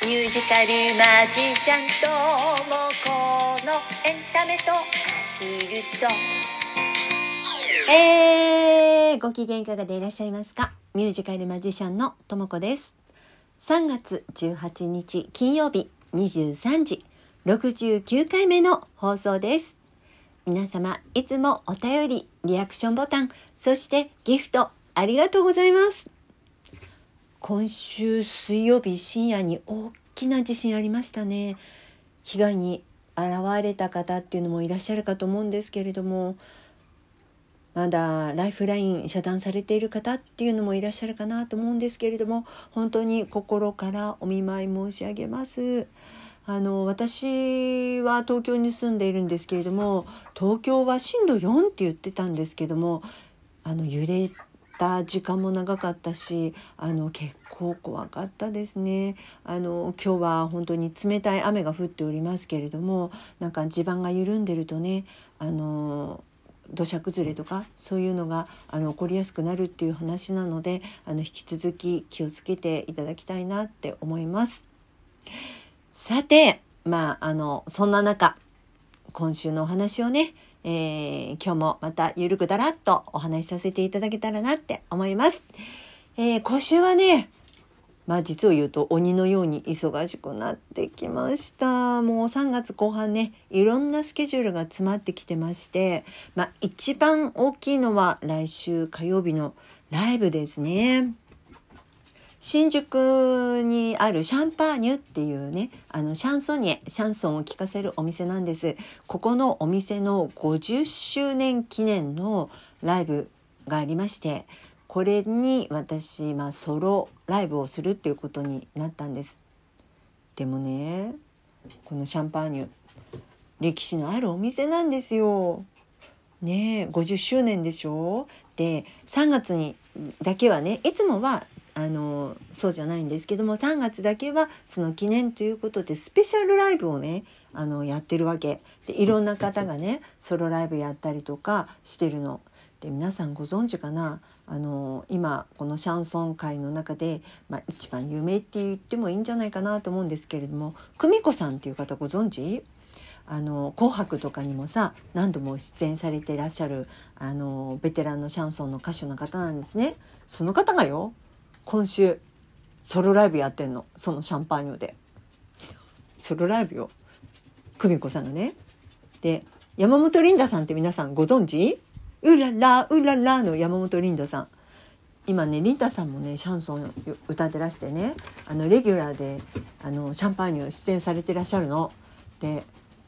ミュージカルマジシャンともこのエンタメとアヒルとご機嫌いかがでいらっしゃいますか。ミュージカルマジシャンのともこです。3月18日金曜日23時69回目の放送です。皆様いつもお便り、リアクションボタン、そしてギフトありがとうございます。今週水曜日深夜に大きな地震ありましたね。被害に遭われた方っていうのもいらっしゃるかと思うんですけれども、まだライフライン遮断されている方っていうのもいらっしゃるかなと思うんですけれども、本当に心からお見舞い申し上げます。私は東京に住んでいるんですけれども、東京は震度4って言ってたんですけども、揺れた時間も長かったし、結構怖かったですね。今日は本当に冷たい雨が降っておりますけれども、なんか地盤が緩んでるとね、土砂崩れとかそういうのが起こりやすくなるっていう話なので、引き続き気をつけていただきたいなって思います。さて、そんな中、今週のお話をね、今日もまたゆるくだらっとお話しさせていただけたらなって思います。今週はね、実を言うと鬼のように忙しくなってきました。もう3月後半ね、いろんなスケジュールが詰まってきてまして、一番大きいのは来週火曜日のライブですね。新宿にあるシャンパーニュっていうね、シャンソンを聴かせるお店なんです。ここのお店の50周年記念のライブがありまして、これに私、ソロライブをするっていうことになったんです。でもね、このシャンパーニュ、歴史のあるお店なんですよ。ね、50周年でしょ。で、3月にだけはね、いつもはそうじゃないんですけども、3月だけはその記念ということでスペシャルライブをねやってるわけで、いろんな方がねソロライブやったりとかしてるので、皆さんご存知かな。今このシャンソン界の中で、一番有名って言ってもいいんじゃないかなと思うんですけれども、久美子さんっていう方ご存知？紅白とかにもさ何度も出演されていらっしゃるベテランのシャンソンの歌手の方なんですね。その方がよ、今週ソロライブやってんの。そのシャンパーニュでソロライブよ、久美子さんがね。で、山本リンダさんって皆さんご存知？うららうららの山本リンダさん、今ねリンダさんもねシャンソン歌ってらしてね、レギュラーでシャンパーニュ出演されてらっしゃるので、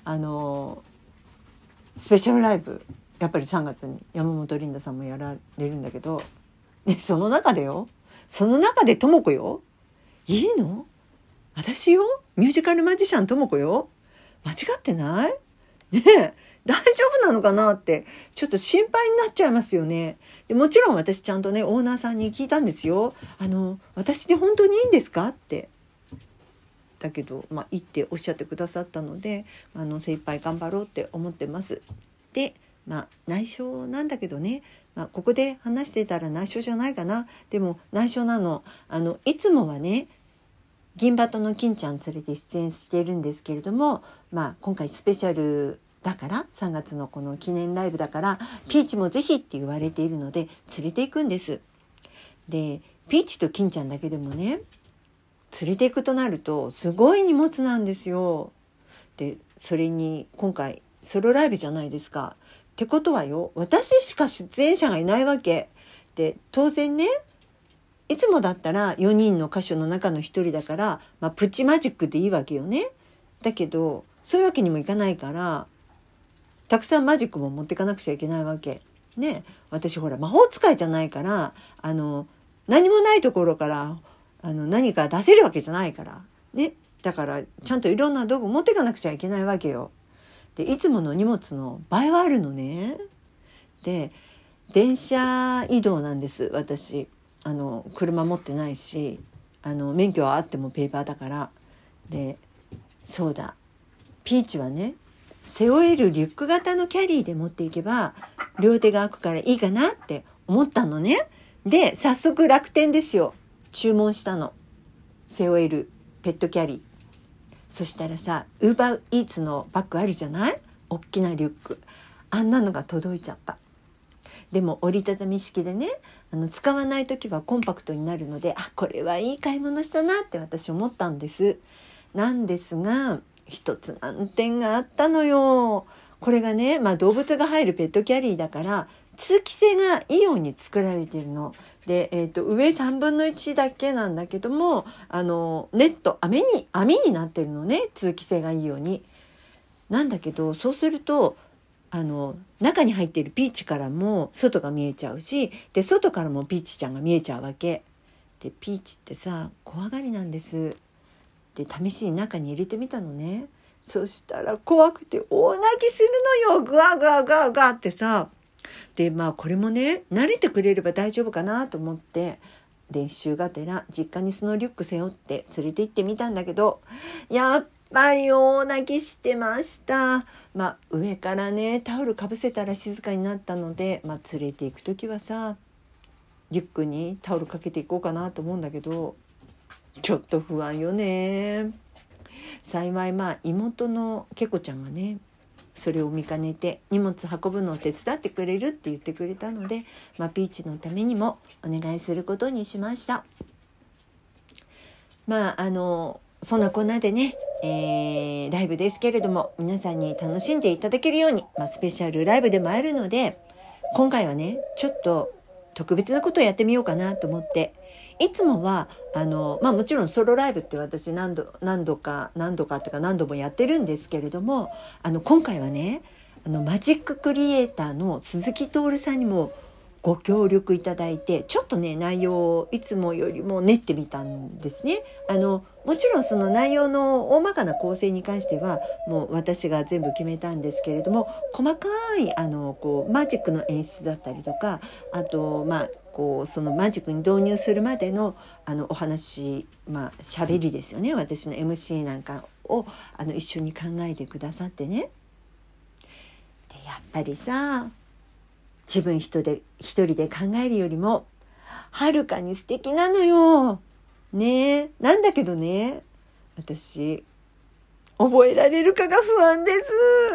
スペシャルライブやっぱり3月に山本リンダさんもやられるんだけど、その中でともこよ、いいの？私よ、ミュージカルマジシャンともこよ、間違ってない？ねえ、大丈夫なのかなってちょっと心配になっちゃいますよね。でもちろん私ちゃんとねオーナーさんに聞いたんですよ。私で本当にいいんですかって。だけどいいっておっしゃってくださったので、精一杯頑張ろうって思ってます。で、内緒なんだけどね、ここで話してたら内緒じゃないかな。でも内緒なの。いつもはね銀バトの金ちゃん連れて出演しているんですけれども、今回スペシャルだから3月のこの記念ライブだからピーチもぜひって言われているので連れていくんです。で、ピーチと金ちゃんだけでもね連れていくとなるとすごい荷物なんですよ。で、それに今回ソロライブじゃないですか。ってことはよ、私しか出演者がいないわけで、当然ねいつもだったら4人の歌手の中の1人だから、プチマジックでいいわけよね。だけどそういうわけにもいかないから、たくさんマジックも持ってかなくちゃいけないわけね。私ほら魔法使いじゃないから、何もないところから何か出せるわけじゃないからね。だからちゃんといろんな道具持ってかなくちゃいけないわけよ。で、いつもの荷物の倍はあるのね。で、電車移動なんです。私車持ってないし、免許はあってもペーパーだから。で、そうだ、ピーチはね背負えるリュック型のキャリーで持っていけば両手が空くからいいかなって思ったのね。で、早速楽天ですよ、注文したの。背負えるペットキャリー。そしたらさ、ウーバーイーツのバッグあるじゃない、大きなリュック、あんなのが届いちゃった。でも折りたたみ式でね、使わない時はコンパクトになるので、これはいい買い物したなって私思ったんです。なんですが、一つ難点があったのよ。これがね、動物が入るペットキャリーだから通気性がいいように作られているので、上3分の1だけなんだけども、ネット網になってるのね、通気性がいいように。なんだけど、そうすると中に入っているピーチからも外が見えちゃうし、で外からもピーチちゃんが見えちゃうわけで、ピーチってさ怖がりなんです。で試しに中に入れてみたのね。そしたら怖くて大泣きするのよ、グワグワグワグワってさ。でこれもね、慣れてくれれば大丈夫かなと思って練習がてら実家にそのリュック背負って連れて行ってみたんだけど、やっぱり大泣きしてました。上からねタオルかぶせたら静かになったので、連れて行く時はさリュックにタオルかけていこうかなと思うんだけど、ちょっと不安よね。幸い妹のけこちゃんがね、それを見かねて荷物運ぶのを手伝ってくれるって言ってくれたので、ピーチのためにもお願いすることにしました。そんなこんなでね、ライブですけれども皆さんに楽しんでいただけるように、スペシャルライブでもあるので、今回はねちょっと特別なことをやってみようかなと思って、いつもはもちろんソロライブって私何度かっていうか何度もやってるんですけれども、今回はねマジッククリエイターの鈴木徹さんにもご協力いただいて、ちょっとね内容をいつもよりも練ってみたんですね。もちろんその内容の大まかな構成に関してはもう私が全部決めたんですけれども、細かいマジックの演出だったりとか、あとそのマジックに導入するまでのお話、喋りですよね、私の MC なんかを一緒に考えてくださってね。でやっぱりさ、自分一人で考えるよりもはるかに素敵なのよね。なんだけどね、私覚えられるかが不安です。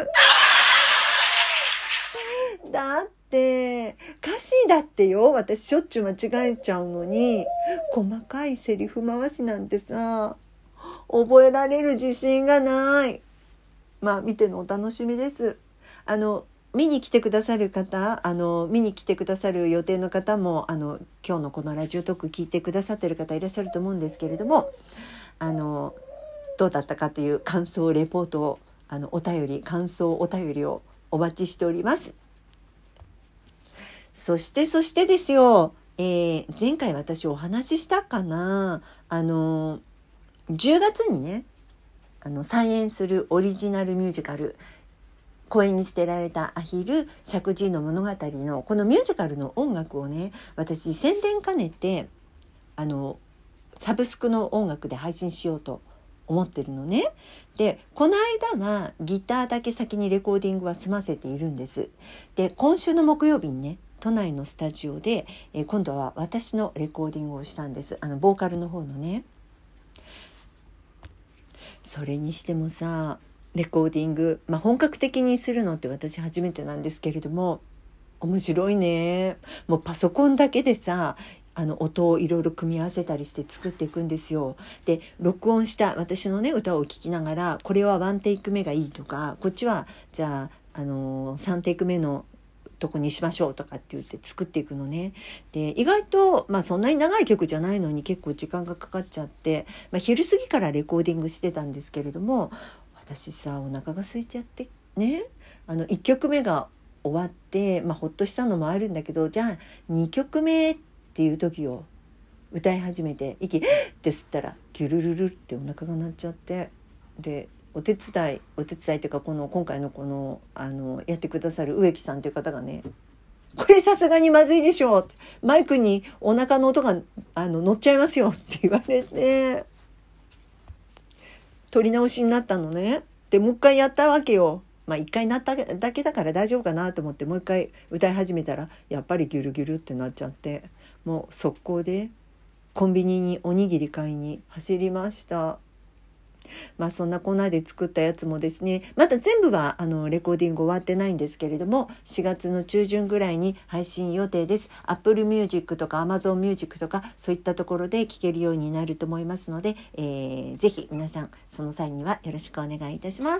だって歌詞だってよ、私しょっちゅう間違えちゃうのに、細かいセリフ回しなんてさ覚えられる自信がない。見てのお楽しみです。見に来てくださる方、見に来てくださる予定の方も今日のこのラジオトーク聞いてくださってる方いらっしゃると思うんですけれども、どうだったかという感想レポートを感想お便りをお待ちしております。そしてですよ、前回私お話ししたかな、10月にね再演するオリジナルミュージカル、公園に捨てられたアヒル石神井の物語のこのミュージカルの音楽をね、私宣伝兼ねてサブスクの音楽で配信しようと思ってるのね。でこの間はギターだけ先にレコーディングは済ませているんです。で今週の木曜日にね都内のスタジオで、今度は私のレコーディングをしたんです。ボーカルの方のね。それにしてもさ、レコーディング、本格的にするのって私初めてなんですけれども、面白いね。もうパソコンだけでさ音をいろいろ組み合わせたりして作っていくんですよ。で録音した私のね歌を聴きながら、これは1テイク目がいいとか、こっちはじゃあ、3テイク目のとこにしましょうとかって言って作っていくのね。で意外とそんなに長い曲じゃないのに結構時間がかかっちゃって、昼過ぎからレコーディングしてたんですけれども、私さお腹が空いちゃってね、1曲目が終わって、ほっとしたのもあるんだけど、じゃあ2曲目っていう時を歌い始めて息って吸ったらギュルルルってお腹が鳴っちゃって、でお手伝いっていうか今回のやってくださる植木さんという方がね、これさすがにまずいでしょう、マイクにお腹の音が乗っちゃいますよって言われて、撮り直しになったのね。でもう一回やったわけよ。一回なっただけだから大丈夫かなと思ってもう一回歌い始めたらやっぱりギュルギュルってなっちゃって、もう速攻でコンビニにおにぎり買いに走りました。 そんなこんなで作ったやつもですね、まだ全部はレコーディング終わってないんですけれども、4月の中旬ぐらいに配信予定です。 Apple Music とか Amazon Music とかそういったところで聴けるようになると思いますので、ぜひ皆さんその際にはよろしくお願いいたします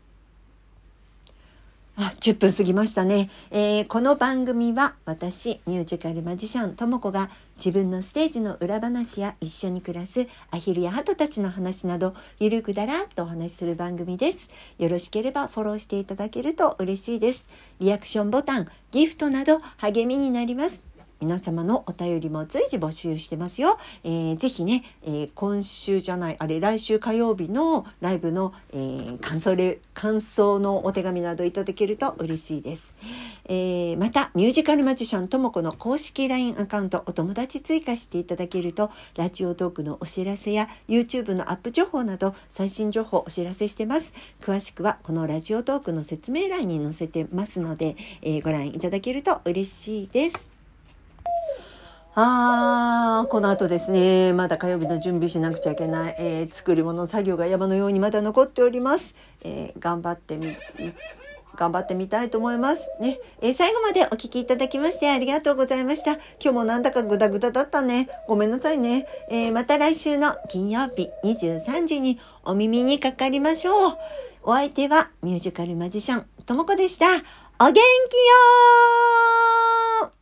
。10分過ぎましたね。この番組は私ミュージカルマジシャンともこが自分のステージの裏話や一緒に暮らすアヒルやハトたちの話などゆるくだらっとお話しする番組です。よろしければフォローしていただけると嬉しいです。リアクションボタン、ギフトなど励みになります。皆様のお便りも随時募集してますよ。ぜひね、来週火曜日のライブの、感想のお手紙などいただけると嬉しいです。またミュージカルマジシャンともこの公式 LINE アカウントお友達追加していただけるとラジオトークのお知らせや YouTube のアップ情報など最新情報をお知らせしてます。詳しくはこのラジオトークの説明欄に載せてますので、ご覧いただけると嬉しいです。この後ですね、まだ火曜日の準備しなくちゃいけない、作り物作業が山のようにまだ残っております。頑張ってみたいと思いますね。最後までお聞きいただきましてありがとうございました。今日もなんだかグダグダだったね。ごめんなさいね。また来週の金曜日23時にお耳にかかりましょう。お相手はミュージカルマジシャンともこでした。お元気よー。